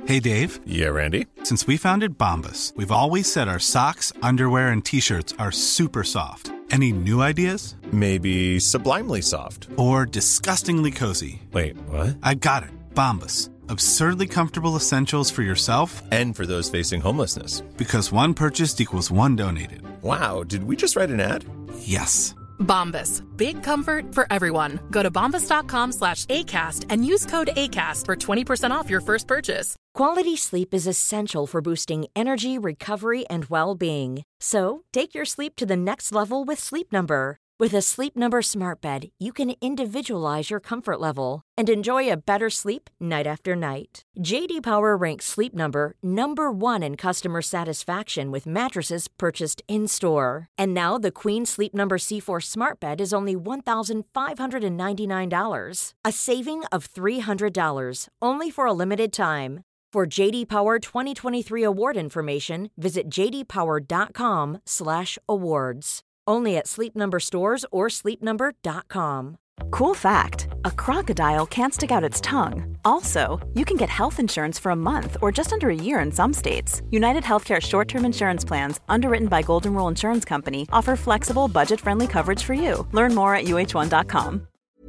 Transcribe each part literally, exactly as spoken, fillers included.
Hey, Dave. Yeah, Randy? Since we founded Bombas, we've always said our socks, underwear, and T-shirts are super soft. Any new ideas? Maybe sublimely soft. Or disgustingly cozy. Wait, what? I got it. Bombas. Absurdly comfortable essentials for yourself and for those facing homelessness. Because one purchased equals one donated. Wow, did we just write an ad? Yes. Bombas. Big comfort for everyone. Go to bombas.com slash ACAST and use code ACAST for twenty percent off your first purchase. Quality sleep is essential for boosting energy, recovery, and well-being. So, take your sleep to the next level with Sleep Number. With a Sleep Number smart bed, you can individualize your comfort level and enjoy a better sleep night after night. J D Power ranks Sleep Number number one in customer satisfaction with mattresses purchased in-store. And now the Queen Sleep Number C four smart bed is only one thousand five hundred ninety-nine dollars, a saving of three hundred dollars, only for a limited time. For J D Power twenty twenty-three award information, visit j d power dot com slash awards. Only at Sleep Number stores or sleep number dot com. Cool fact, a crocodile can't stick out its tongue. Also, you can get health insurance for a month or just under a year in some states. United Healthcare short-term insurance plans, underwritten by Golden Rule Insurance Company, offer flexible, budget-friendly coverage for you. Learn more at u h one dot com.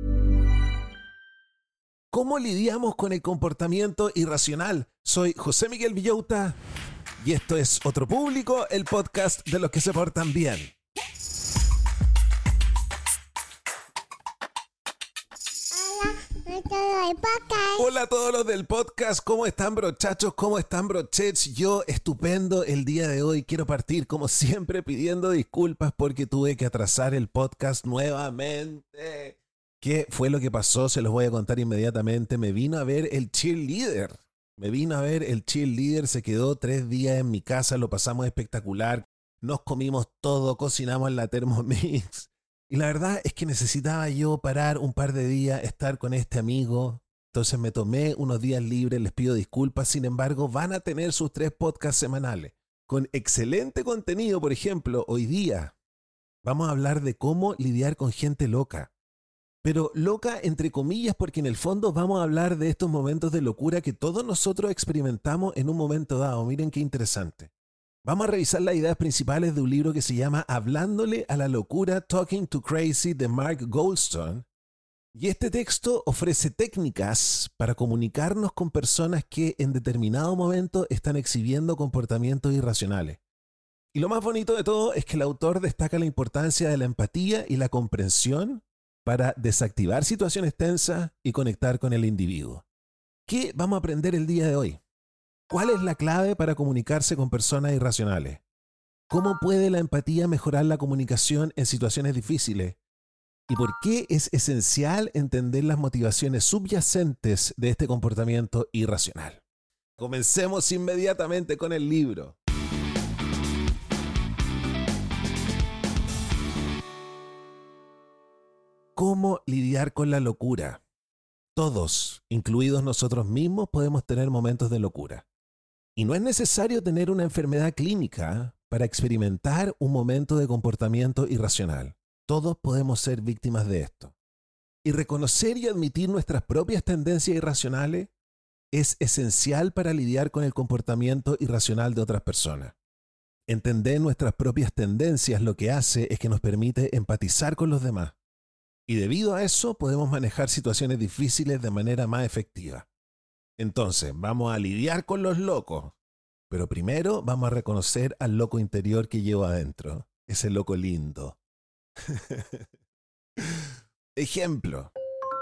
¿Cómo lidiamos con el comportamiento irracional? Soy José Miguel Villauta y esto es Otro Público, el podcast de los que se portan bien. Hola a todos los del podcast, ¿cómo están brochachos? ¿Cómo están brochets? Yo estupendo el día de hoy. Quiero partir como siempre pidiendo disculpas porque tuve que atrasar el podcast nuevamente. ¿Qué fue lo que pasó? Se los voy a contar inmediatamente. Me vino a ver el cheerleader. Me vino a ver el cheerleader, se quedó tres días en mi casa, lo pasamos espectacular. Nos comimos todo, cocinamos en la Thermomix. Y la verdad es que necesitaba yo parar un par de días, estar con este amigo. Entonces me tomé unos días libres, les pido disculpas. Sin embargo, van a tener sus tres podcasts semanales con excelente contenido. Por ejemplo, hoy día vamos a hablar de cómo lidiar con gente loca. Pero loca entre comillas porque en el fondo vamos a hablar de estos momentos de locura que todos nosotros experimentamos en un momento dado. Miren qué interesante. Vamos a revisar las ideas principales de un libro que se llama Hablándole a la locura, Talking to Crazy, de Mark Goldstone. Y este texto ofrece técnicas para comunicarnos con personas que en determinado momento están exhibiendo comportamientos irracionales. Y lo más bonito de todo es que el autor destaca la importancia de la empatía y la comprensión para desactivar situaciones tensas y conectar con el individuo. ¿Qué vamos a aprender el día de hoy? ¿Cuál es la clave para comunicarse con personas irracionales? ¿Cómo puede la empatía mejorar la comunicación en situaciones difíciles? ¿Y por qué es esencial entender las motivaciones subyacentes de este comportamiento irracional? Comencemos inmediatamente con el libro. ¿Cómo lidiar con la locura? Todos, incluidos nosotros mismos, podemos tener momentos de locura. Y no es necesario tener una enfermedad clínica para experimentar un momento de comportamiento irracional. Todos podemos ser víctimas de esto. Y reconocer y admitir nuestras propias tendencias irracionales es esencial para lidiar con el comportamiento irracional de otras personas. Entender nuestras propias tendencias lo que hace es que nos permite empatizar con los demás. Y debido a eso podemos manejar situaciones difíciles de manera más efectiva. Entonces, vamos a lidiar con los locos, pero primero vamos a reconocer al loco interior que llevo adentro, ese loco lindo. Ejemplo.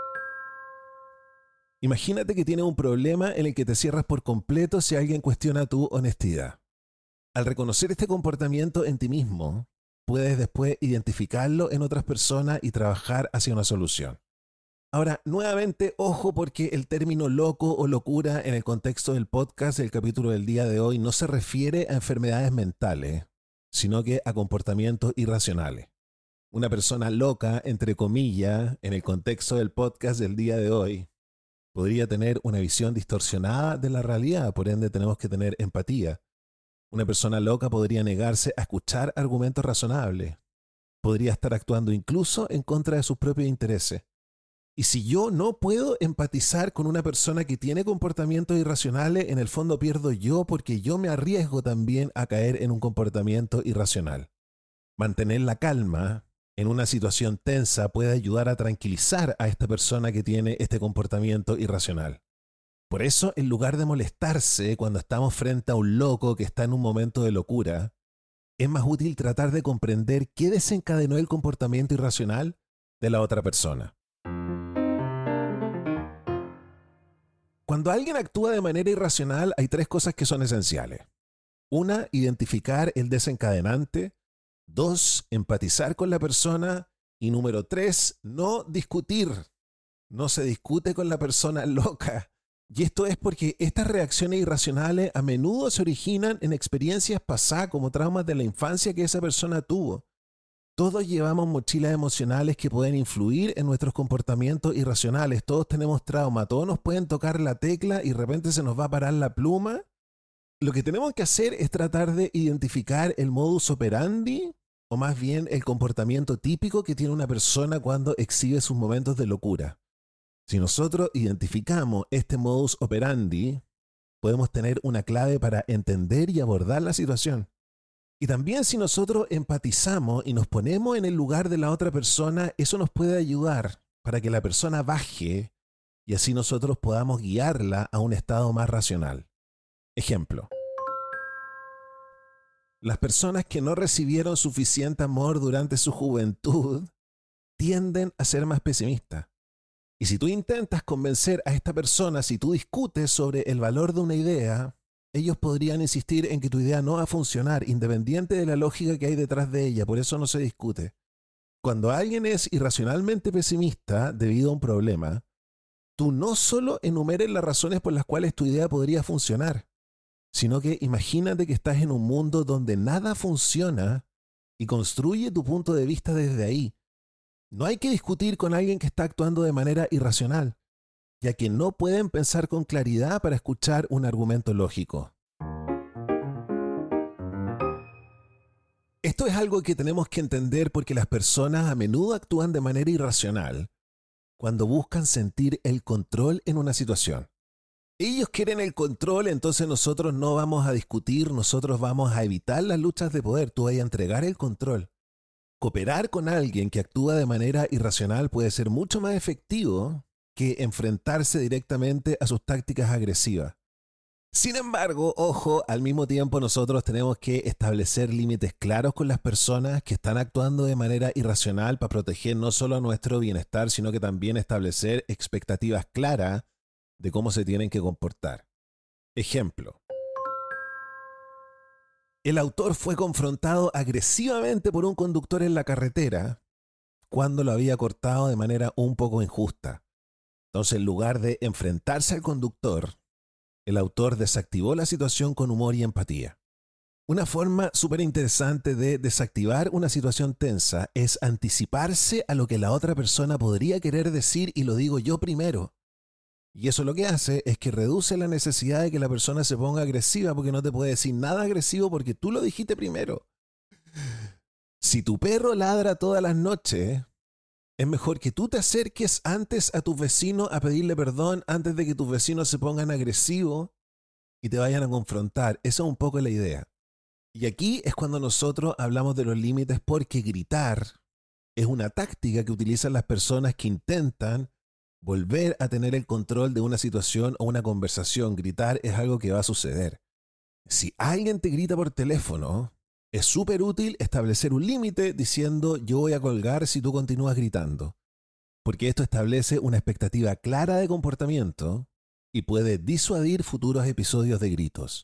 Imagínate que tienes un problema en el que te cierras por completo si alguien cuestiona tu honestidad. Al reconocer este comportamiento en ti mismo, puedes después identificarlo en otras personas y trabajar hacia una solución. Ahora, nuevamente, ojo porque el término loco o locura en el contexto del podcast del capítulo del día de hoy no se refiere a enfermedades mentales, sino que a comportamientos irracionales. Una persona loca, entre comillas, en el contexto del podcast del día de hoy, podría tener una visión distorsionada de la realidad, por ende tenemos que tener empatía. Una persona loca podría negarse a escuchar argumentos razonables. Podría estar actuando incluso en contra de sus propios intereses. Y si yo no puedo empatizar con una persona que tiene comportamientos irracionales, en el fondo pierdo yo porque yo me arriesgo también a caer en un comportamiento irracional. Mantener la calma en una situación tensa puede ayudar a tranquilizar a esta persona que tiene este comportamiento irracional. Por eso, en lugar de molestarse cuando estamos frente a un loco que está en un momento de locura, es más útil tratar de comprender qué desencadenó el comportamiento irracional de la otra persona. Cuando alguien actúa de manera irracional, hay tres cosas que son esenciales. Una, identificar el desencadenante. Dos, empatizar con la persona. Y número tres, no discutir. No se discute con la persona loca. Y esto es porque estas reacciones irracionales a menudo se originan en experiencias pasadas como traumas de la infancia que esa persona tuvo. Todos llevamos mochilas emocionales que pueden influir en nuestros comportamientos irracionales. Todos tenemos trauma, todos nos pueden tocar la tecla y de repente se nos va a parar la pluma. Lo que tenemos que hacer es tratar de identificar el modus operandi, o más bien el comportamiento típico que tiene una persona cuando exhibe sus momentos de locura. Si nosotros identificamos este modus operandi, podemos tener una clave para entender y abordar la situación. Y también si nosotros empatizamos y nos ponemos en el lugar de la otra persona, eso nos puede ayudar para que la persona baje y así nosotros podamos guiarla a un estado más racional. Ejemplo. Las personas que no recibieron suficiente amor durante su juventud tienden a ser más pesimistas. Y si tú intentas convencer a esta persona, si tú discutes sobre el valor de una idea, ellos podrían insistir en que tu idea no va a funcionar, independiente de la lógica que hay detrás de ella. Por eso no se discute. Cuando alguien es irracionalmente pesimista debido a un problema, tú no solo enumeres las razones por las cuales tu idea podría funcionar, sino que imagínate que estás en un mundo donde nada funciona y construye tu punto de vista desde ahí. No hay que discutir con alguien que está actuando de manera irracional, ya que no pueden pensar con claridad para escuchar un argumento lógico. Esto es algo que tenemos que entender porque las personas a menudo actúan de manera irracional cuando buscan sentir el control en una situación. Ellos quieren el control, entonces nosotros no vamos a discutir, nosotros vamos a evitar las luchas de poder, tú vas a entregar el control. Cooperar con alguien que actúa de manera irracional puede ser mucho más efectivo que enfrentarse directamente a sus tácticas agresivas. Sin embargo, ojo, al mismo tiempo nosotros tenemos que establecer límites claros con las personas que están actuando de manera irracional para proteger no solo nuestro bienestar, sino que también establecer expectativas claras de cómo se tienen que comportar. Ejemplo. El autor fue confrontado agresivamente por un conductor en la carretera cuando lo había cortado de manera un poco injusta. Entonces, en lugar de enfrentarse al conductor, el autor desactivó la situación con humor y empatía. Una forma súper interesante de desactivar una situación tensa es anticiparse a lo que la otra persona podría querer decir y lo digo yo primero. Y eso lo que hace es que reduce la necesidad de que la persona se ponga agresiva porque no te puede decir nada agresivo porque tú lo dijiste primero. Si tu perro ladra todas las noches, es mejor que tú te acerques antes a tus vecinos a pedirle perdón antes de que tus vecinos se pongan agresivos y te vayan a confrontar. Esa es un poco la idea. Y aquí es cuando nosotros hablamos de los límites porque gritar es una táctica que utilizan las personas que intentan volver a tener el control de una situación o una conversación. Gritar es algo que va a suceder. Si alguien te grita por teléfono, es súper útil establecer un límite diciendo yo voy a colgar si tú continúas gritando. Porque esto establece una expectativa clara de comportamiento y puede disuadir futuros episodios de gritos.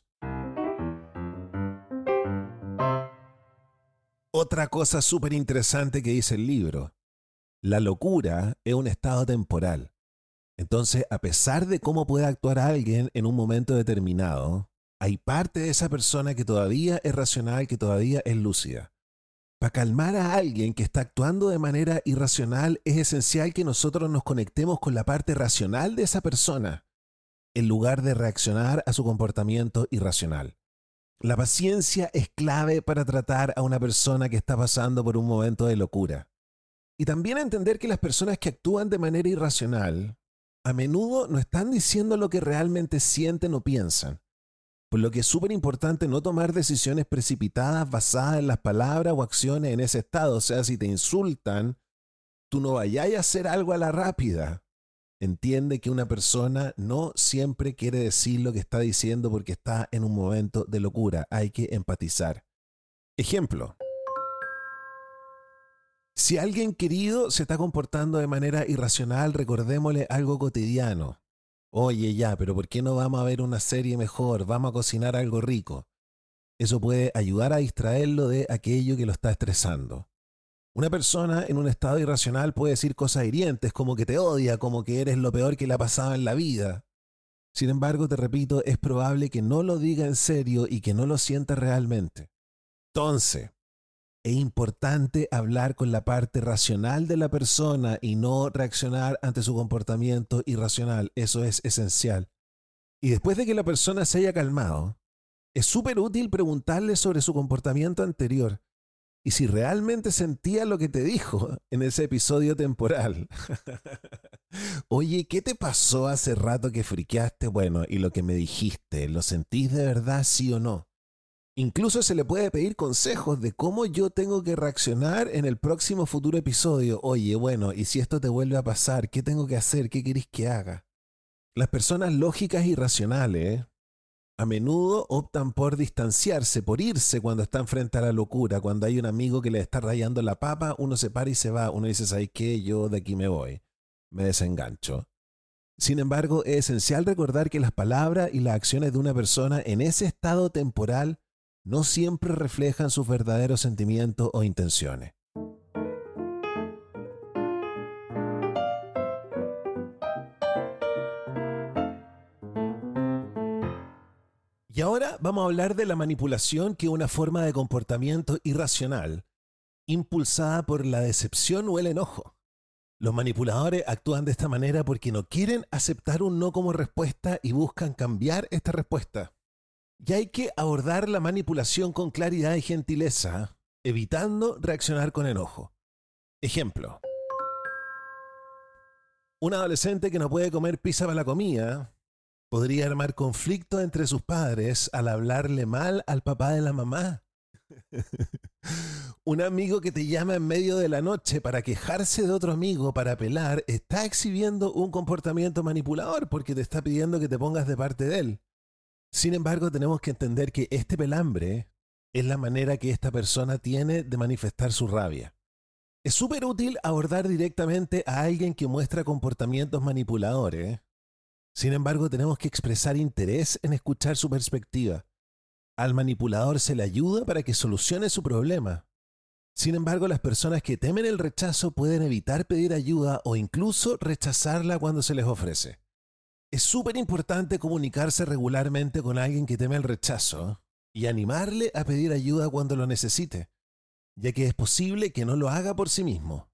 Otra cosa súper interesante que dice el libro. La locura es un estado temporal. Entonces, a pesar de cómo puede actuar alguien en un momento determinado, hay parte de esa persona que todavía es racional, que todavía es lúcida. Para calmar a alguien que está actuando de manera irracional, es esencial que nosotros nos conectemos con la parte racional de esa persona, en lugar de reaccionar a su comportamiento irracional. La paciencia es clave para tratar a una persona que está pasando por un momento de locura. Y también entender que las personas que actúan de manera irracional a menudo no están diciendo lo que realmente sienten o piensan. Por lo que es súper importante no tomar decisiones precipitadas basadas en las palabras o acciones en ese estado. O sea, si te insultan, tú no vayas a hacer algo a la rápida. Entiende que una persona no siempre quiere decir lo que está diciendo porque está en un momento de locura. Hay que empatizar. Ejemplo. Si alguien querido se está comportando de manera irracional, recordémosle algo cotidiano. Oye, ya, pero ¿por qué no vamos a ver una serie mejor? Vamos a cocinar algo rico. Eso puede ayudar a distraerlo de aquello que lo está estresando. Una persona en un estado irracional puede decir cosas hirientes, como que te odia, como que eres lo peor que le ha pasado en la vida. Sin embargo, te repito, es probable que no lo diga en serio y que no lo sienta realmente. Entonces, es importante hablar con la parte racional de la persona y no reaccionar ante su comportamiento irracional. Eso es esencial. Y después de que la persona se haya calmado, es súper útil preguntarle sobre su comportamiento anterior y si realmente sentía lo que te dijo en ese episodio temporal. Oye, ¿qué te pasó hace rato que friqueaste? Bueno, y lo que me dijiste, ¿lo sentís de verdad, sí o no? Incluso se le puede pedir consejos de cómo yo tengo que reaccionar en el próximo futuro episodio. Oye, bueno, y si esto te vuelve a pasar, ¿qué tengo que hacer? ¿Qué querés que haga? Las personas lógicas y racionales ¿eh? a menudo optan por distanciarse, por irse cuando están frente a la locura. Cuando hay un amigo que le está rayando la papa, uno se para y se va. Uno dice, ¿sabes qué? Yo de aquí me voy. Me desengancho. Sin embargo, es esencial recordar que las palabras y las acciones de una persona en ese estado temporal no siempre reflejan sus verdaderos sentimientos o intenciones. Y ahora vamos a hablar de la manipulación, que es una forma de comportamiento irracional, impulsada por la decepción o el enojo. Los manipuladores actúan de esta manera porque no quieren aceptar un no como respuesta y buscan cambiar esta respuesta. Y hay que abordar la manipulación con claridad y gentileza, evitando reaccionar con enojo. Ejemplo. Un adolescente que no puede comer pizza para la comida podría armar conflicto entre sus padres al hablarle mal al papá de la mamá. Un amigo que te llama en medio de la noche para quejarse de otro amigo, para apelar, está exhibiendo un comportamiento manipulador porque te está pidiendo que te pongas de parte de él. Sin embargo, tenemos que entender que este pelambre es la manera que esta persona tiene de manifestar su rabia. Es súper útil abordar directamente a alguien que muestra comportamientos manipuladores. Sin embargo, tenemos que expresar interés en escuchar su perspectiva. Al manipulador se le ayuda para que solucione su problema. Sin embargo, las personas que temen el rechazo pueden evitar pedir ayuda o incluso rechazarla cuando se les ofrece. Es súper importante comunicarse regularmente con alguien que teme el rechazo y animarle a pedir ayuda cuando lo necesite, ya que es posible que no lo haga por sí mismo.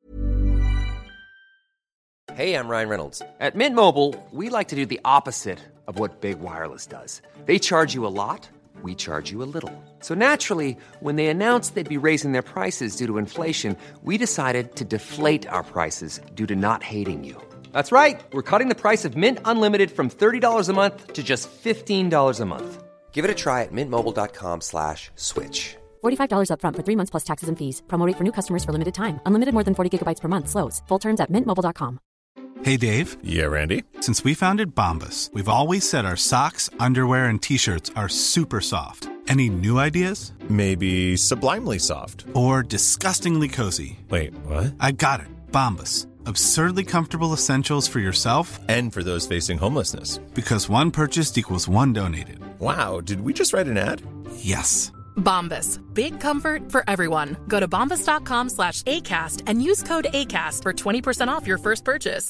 Hey, I'm Ryan Reynolds. At Mint Mobile, we like to do the opposite of what Big Wireless does. They charge you a lot, we charge you a little. So naturally, when they announced they'd be raising their prices due to inflation, we decided to deflate our prices due to not hating you. That's right. We're cutting the price of Mint Unlimited from thirty dollars a month to just fifteen dollars a month. Give it a try at mintmobile.com slash switch. forty-five dollars up front for three months plus taxes and fees. Promo rate for new customers for limited time. Unlimited more than forty gigabytes per month slows. Full terms at mint mobile dot com. Hey, Dave. Yeah, Randy. Since we founded Bombas, we've always said our socks, underwear, and T-shirts are super soft. Any new ideas? Maybe sublimely soft. Or disgustingly cozy? Wait, what? I got it. Bombas. Absurdly comfortable essentials for yourself And for those facing homelessness. because one purchased equals one donated. Wow, did we just write an ad? Yes. Bombas. Big comfort for everyone. Go to bombas.com slash ACAST and use code ACAST for twenty percent off your first purchase.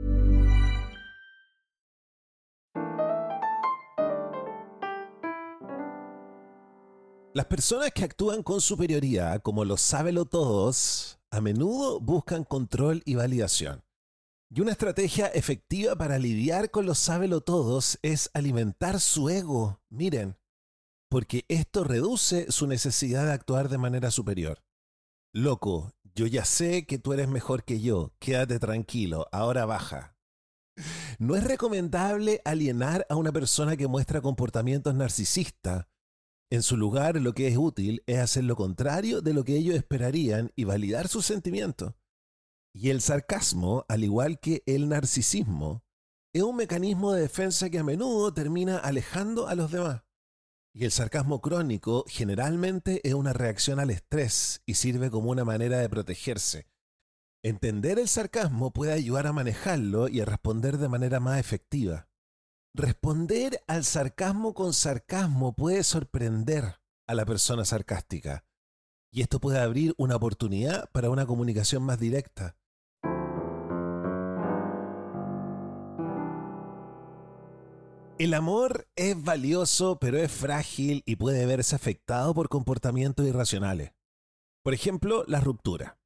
Las personas que actúan con superioridad, como los sábelotodos, a menudo buscan control y validación. Y una estrategia efectiva para lidiar con los sábelotodos es alimentar su ego. Miren, porque esto reduce su necesidad de actuar de manera superior. Loco, Yo ya sé que tú eres mejor que yo, quédate tranquilo, ahora baja. No es recomendable alienar a una persona que muestra comportamientos narcisistas. En su lugar, lo que es útil es hacer lo contrario de lo que ellos esperarían y validar sus sentimientos. Y el sarcasmo, al igual que el narcisismo, es un mecanismo de defensa que a menudo termina alejando a los demás. Y el sarcasmo crónico generalmente es una reacción al estrés y sirve como una manera de protegerse. Entender el sarcasmo puede ayudar a manejarlo y a responder de manera más efectiva. Responder al sarcasmo con sarcasmo puede sorprender a la persona sarcástica, y esto puede abrir una oportunidad para una comunicación más directa. El amor es valioso, pero es frágil y puede verse afectado por comportamientos irracionales. Por ejemplo, la ruptura.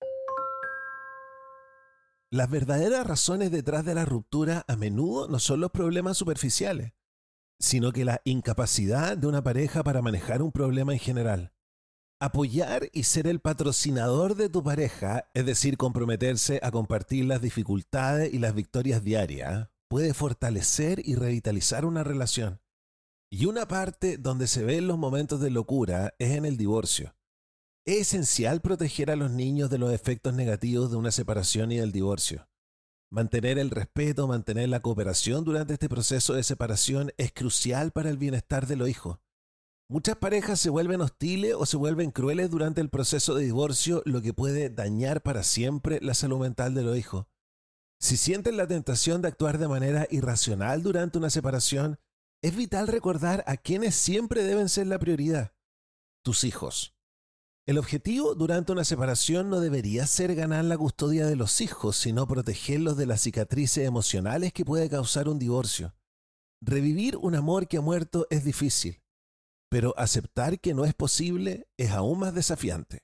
Las verdaderas razones detrás de la ruptura a menudo no son los problemas superficiales, sino que la incapacidad de una pareja para manejar un problema en general. Apoyar y ser el patrocinador de tu pareja, es decir, comprometerse a compartir las dificultades y las victorias diarias, puede fortalecer y revitalizar una relación. Y una parte donde se ven los momentos de locura es en el divorcio. Es esencial proteger a los niños de los efectos negativos de una separación y del divorcio. Mantener el respeto, mantener la cooperación durante este proceso de separación es crucial para el bienestar de los hijos. Muchas parejas se vuelven hostiles o se vuelven crueles durante el proceso de divorcio, lo que puede dañar para siempre la salud mental de los hijos. Si sienten la tentación de actuar de manera irracional durante una separación, es vital recordar a quienes siempre deben ser la prioridad: tus hijos. El objetivo durante una separación no debería ser ganar la custodia de los hijos, sino protegerlos de las cicatrices emocionales que puede causar un divorcio. Revivir un amor que ha muerto es difícil, pero aceptar que no es posible es aún más desafiante.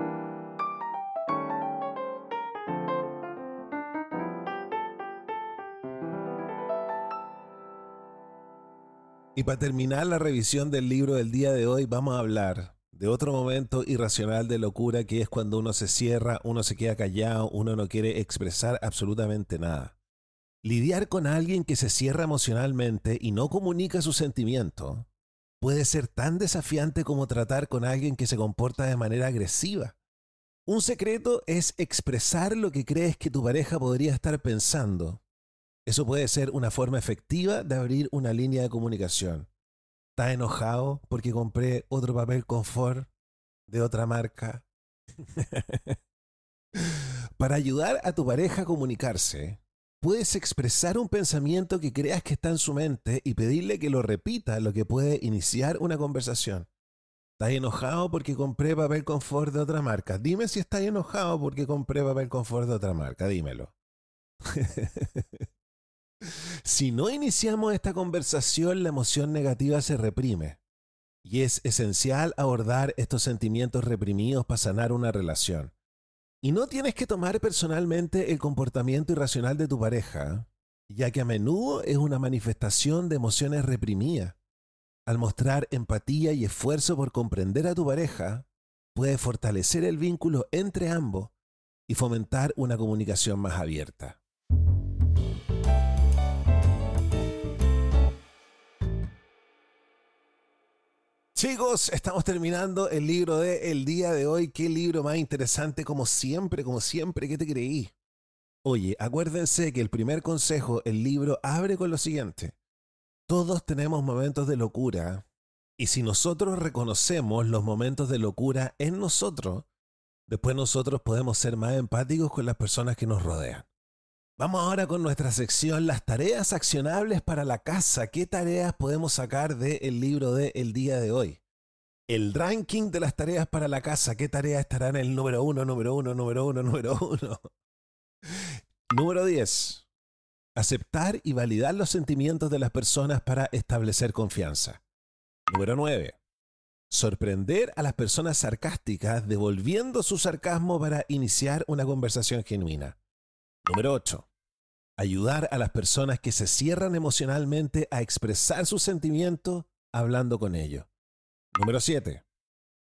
Y para terminar la revisión del libro del día de hoy, vamos a hablar de otro momento irracional de locura, que es cuando uno se cierra, uno se queda callado, uno no quiere expresar absolutamente nada. Lidiar con alguien que se cierra emocionalmente y no comunica sus sentimientos puede ser tan desafiante como tratar con alguien que se comporta de manera agresiva. Un secreto es expresar lo que crees que tu pareja podría estar pensando. Eso puede ser una forma efectiva de abrir una línea de comunicación. ¿Estás enojado porque compré otro papel confort de otra marca? Para ayudar a tu pareja a comunicarse, puedes expresar un pensamiento que creas que está en su mente y pedirle que lo repita, lo que puede iniciar una conversación. ¿Estás enojado porque compré papel confort de otra marca? Dime si estás enojado porque compré papel confort de otra marca, dímelo. Si no iniciamos esta conversación, la emoción negativa se reprime. Y es esencial abordar estos sentimientos reprimidos para sanar una relación. Y no tienes que tomar personalmente el comportamiento irracional de tu pareja, ya que a menudo es una manifestación de emociones reprimidas. Al mostrar empatía y esfuerzo por comprender a tu pareja, puede fortalecer el vínculo entre ambos y fomentar una comunicación más abierta. Chicos, estamos terminando el libro de el día de hoy. Qué libro más interesante, como siempre, como siempre, ¿qué te creí? Oye, acuérdense que el primer consejo, el libro abre con lo siguiente: todos tenemos momentos de locura, y si nosotros reconocemos los momentos de locura en nosotros, después nosotros podemos ser más empáticos con las personas que nos rodean. Vamos ahora con nuestra sección, las tareas accionables para la casa. ¿Qué tareas podemos sacar del libro de el día de hoy? El ranking de las tareas para la casa. ¿Qué tareas estarán en el número uno, número uno, número uno, número uno? Número diez. Aceptar y validar los sentimientos de las personas para establecer confianza. Número nueve. Sorprender a las personas sarcásticas devolviendo su sarcasmo para iniciar una conversación genuina. Número ocho. Ayudar a las personas que se cierran emocionalmente a expresar sus sentimientos hablando con ellos. Número siete.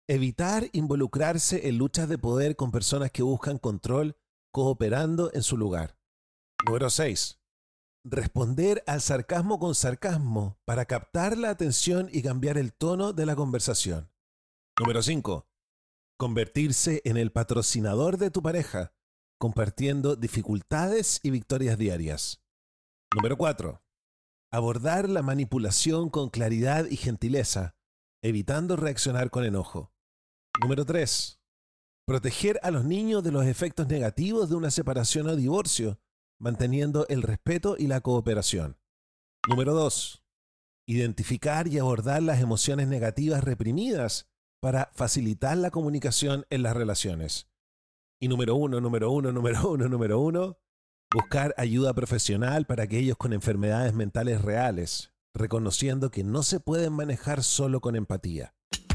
Evitar involucrarse en luchas de poder con personas que buscan control, cooperando en su lugar. Número seis. Responder al sarcasmo con sarcasmo para captar la atención y cambiar el tono de la conversación. Número cinco. Convertirse en el patrocinador de tu pareja, compartiendo dificultades y victorias diarias. Número cuatro. Abordar la manipulación con claridad y gentileza, evitando reaccionar con enojo. Número tres. Proteger a los niños de los efectos negativos de una separación o divorcio, manteniendo el respeto y la cooperación. Número dos. Identificar y abordar las emociones negativas reprimidas para facilitar la comunicación en las relaciones. Y número uno, número uno, número uno, número uno, buscar ayuda profesional para aquellos con enfermedades mentales reales, reconociendo que no se pueden manejar solo con empatía.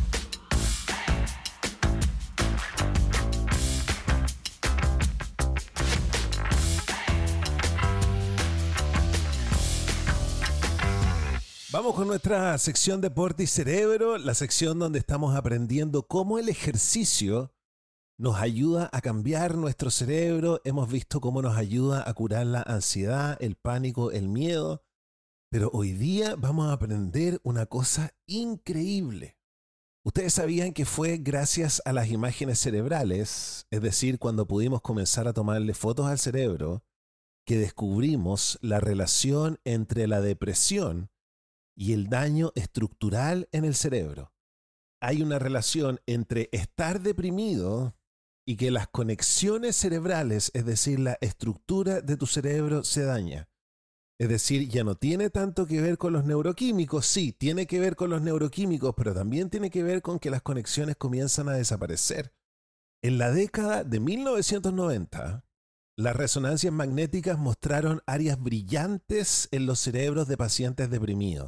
Vamos con nuestra sección Deporte y Cerebro, la sección donde estamos aprendiendo cómo el ejercicio nos ayuda a cambiar nuestro cerebro. Hemos visto cómo nos ayuda a curar la ansiedad, el pánico, el miedo. Pero hoy día vamos a aprender una cosa increíble. ¿Ustedes sabían que fue gracias a las imágenes cerebrales, es decir, cuando pudimos comenzar a tomarle fotos al cerebro, que descubrimos la relación entre la depresión y el daño estructural en el cerebro? Hay una relación entre estar deprimido y que las conexiones cerebrales, es decir, la estructura de tu cerebro se daña. Es decir, ya no tiene tanto que ver con los neuroquímicos, sí, tiene que ver con los neuroquímicos, pero también tiene que ver con que las conexiones comienzan a desaparecer. En la década de mil novecientos noventa, las resonancias magnéticas mostraron áreas brillantes en los cerebros de pacientes deprimidos.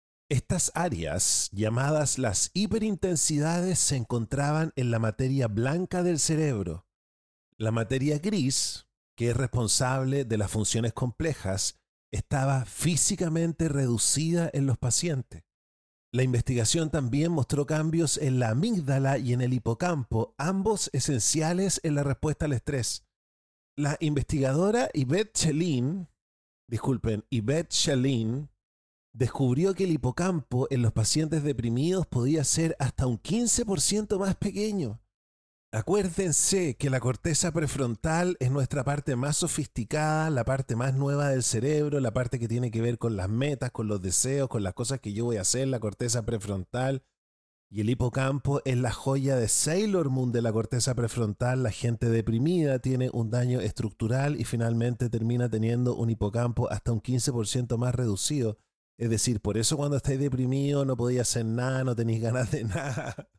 Estas áreas, llamadas las hiperintensidades, se encontraban en la materia blanca del cerebro. La materia gris, que es responsable de las funciones complejas, estaba físicamente reducida en los pacientes. La investigación también mostró cambios en la amígdala y en el hipocampo, ambos esenciales en la respuesta al estrés. La investigadora Yvette Chalin, disculpen, Yvette Chalin, descubrió que el hipocampo en los pacientes deprimidos podía ser hasta un quince por ciento más pequeño. Acuérdense que la corteza prefrontal es nuestra parte más sofisticada, la parte más nueva del cerebro, la parte que tiene que ver con las metas, con los deseos, con las cosas que yo voy a hacer, la corteza prefrontal. Y el hipocampo es la joya de Sailor Moon de la corteza prefrontal. La gente deprimida tiene un daño estructural y finalmente termina teniendo un hipocampo hasta un quince por ciento más reducido. Es decir, por eso cuando estáis deprimido no podéis hacer nada, no tenéis ganas de nada.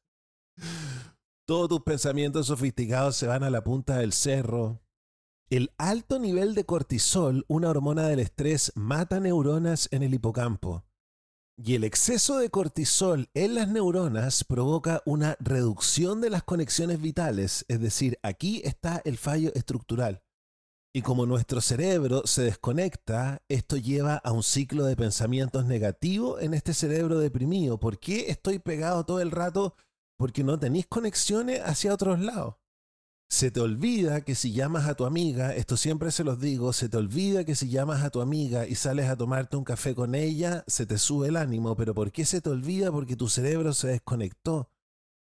Todos tus pensamientos sofisticados se van a la punta del cerro. El alto nivel de cortisol, una hormona del estrés, mata neuronas en el hipocampo. Y el exceso de cortisol en las neuronas provoca una reducción de las conexiones vitales. Es decir, aquí está el fallo estructural. Y como nuestro cerebro se desconecta, esto lleva a un ciclo de pensamientos negativos en este cerebro deprimido. ¿Por qué estoy pegado todo el rato? Porque no tenéis conexiones hacia otros lados. Se te olvida que si llamas a tu amiga, esto siempre se los digo, se te olvida que si llamas a tu amiga y sales a tomarte un café con ella, se te sube el ánimo. ¿Pero por qué se te olvida? Porque tu cerebro se desconectó.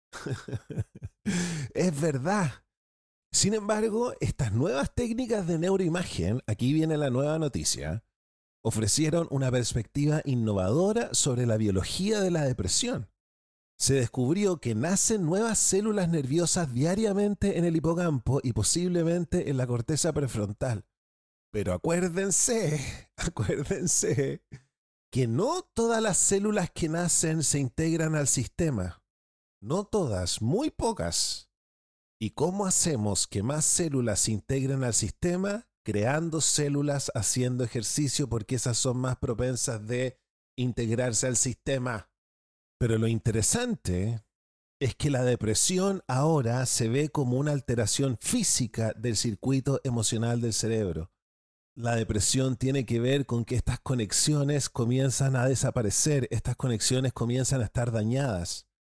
Es verdad. Sin embargo, estas nuevas técnicas de neuroimagen, aquí viene la nueva noticia, ofrecieron una perspectiva innovadora sobre la biología de la depresión. Se descubrió que nacen nuevas células nerviosas diariamente en el hipocampo y posiblemente en la corteza prefrontal. Pero acuérdense, acuérdense, que no todas las células que nacen se integran al sistema. No todas, muy pocas. ¿Y cómo hacemos que más células se integren al sistema? Creando células, haciendo ejercicio, porque esas son más propensas de integrarse al sistema. Pero lo interesante es que la depresión ahora se ve como una alteración física del circuito emocional del cerebro. La depresión tiene que ver con que estas conexiones comienzan a desaparecer, estas conexiones comienzan a estar dañadas.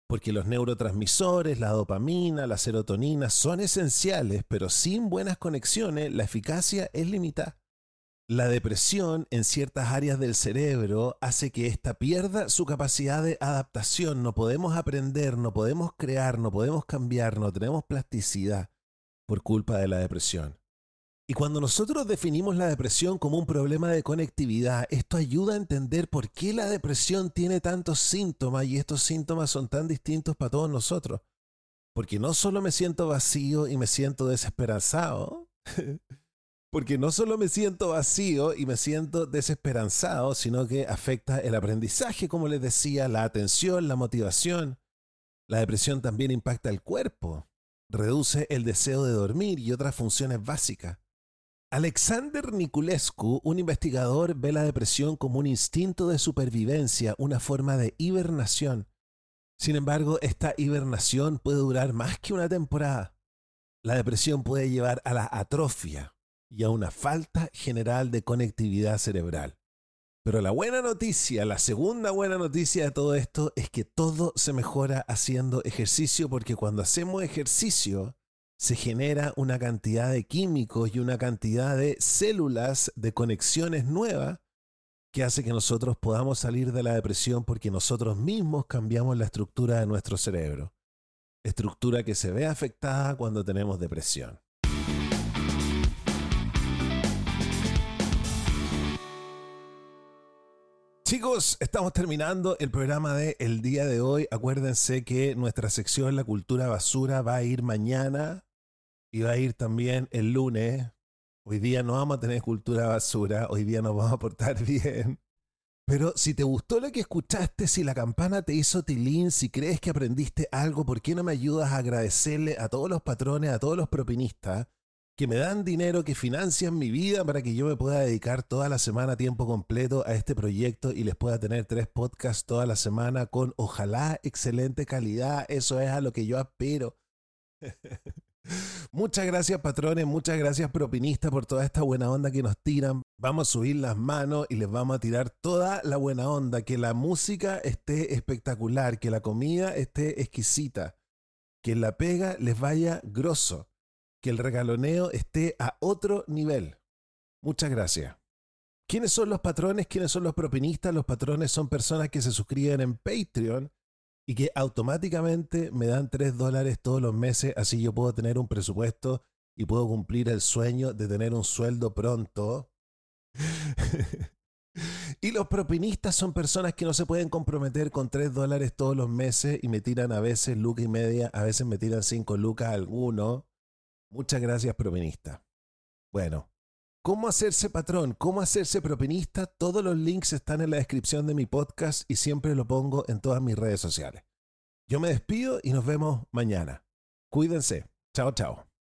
Porque los neurotransmisores, la dopamina, la serotonina son esenciales, pero sin buenas conexiones la eficacia es limitada. La depresión en ciertas áreas del cerebro hace que ésta pierda su capacidad de adaptación. No podemos aprender, no podemos crear, no podemos cambiar, no tenemos plasticidad por culpa de la depresión. Y cuando nosotros definimos la depresión como un problema de conectividad, esto ayuda a entender por qué la depresión tiene tantos síntomas y estos síntomas son tan distintos para todos nosotros. Porque no solo me siento vacío y me siento desesperanzado, porque no solo me siento vacío y me siento desesperanzado, sino que afecta el aprendizaje, como les decía, la atención, la motivación. La depresión también impacta el cuerpo, reduce el deseo de dormir y otras funciones básicas. Alexander Niculescu, un investigador, ve la depresión como un instinto de supervivencia, una forma de hibernación. Sin embargo, esta hibernación puede durar más que una temporada. La depresión puede llevar a la atrofia y a una falta general de conectividad cerebral. Pero la buena noticia, la segunda buena noticia de todo esto es que todo se mejora haciendo ejercicio, porque cuando hacemos ejercicio se genera una cantidad de químicos y una cantidad de células de conexiones nuevas que hace que nosotros podamos salir de la depresión, porque nosotros mismos cambiamos la estructura de nuestro cerebro. Estructura que se ve afectada cuando tenemos depresión. Chicos, estamos terminando el programa de el día de hoy. Acuérdense que nuestra sección La Cultura Basura va a ir mañana y va a ir también el lunes. Hoy día no vamos a tener Cultura Basura, hoy día nos vamos a portar bien. Pero si te gustó lo que escuchaste, si la campana te hizo tilín, si crees que aprendiste algo, ¿por qué no me ayudas a agradecerle a todos los patrones, a todos los propinistas que me dan dinero, que financian mi vida para que yo me pueda dedicar toda la semana a tiempo completo a este proyecto y les pueda tener tres podcasts toda la semana con, ojalá, excelente calidad? Eso es a lo que yo aspiro. Muchas gracias, patrones, muchas gracias, propinistas, por toda esta buena onda que nos tiran. Vamos a subir las manos y les vamos a tirar toda la buena onda, que la música esté espectacular, que la comida esté exquisita, que la pega les vaya grosso, que el regaloneo esté a otro nivel. Muchas gracias. ¿Quiénes son los patrones? ¿Quiénes son los propinistas? Los patrones son personas que se suscriben en Patreon y que automáticamente me dan tres dólares todos los meses, así yo puedo tener un presupuesto y puedo cumplir el sueño de tener un sueldo pronto. Y los propinistas son personas que no se pueden comprometer con tres dólares todos los meses y me tiran a veces luca y media, a veces me tiran cinco lucas alguno. Muchas gracias, propinista. Bueno, ¿cómo hacerse patrón? ¿Cómo hacerse propinista? Todos los links están en la descripción de mi podcast y siempre lo pongo en todas mis redes sociales. Yo me despido y nos vemos mañana. Cuídense. Chao, chao.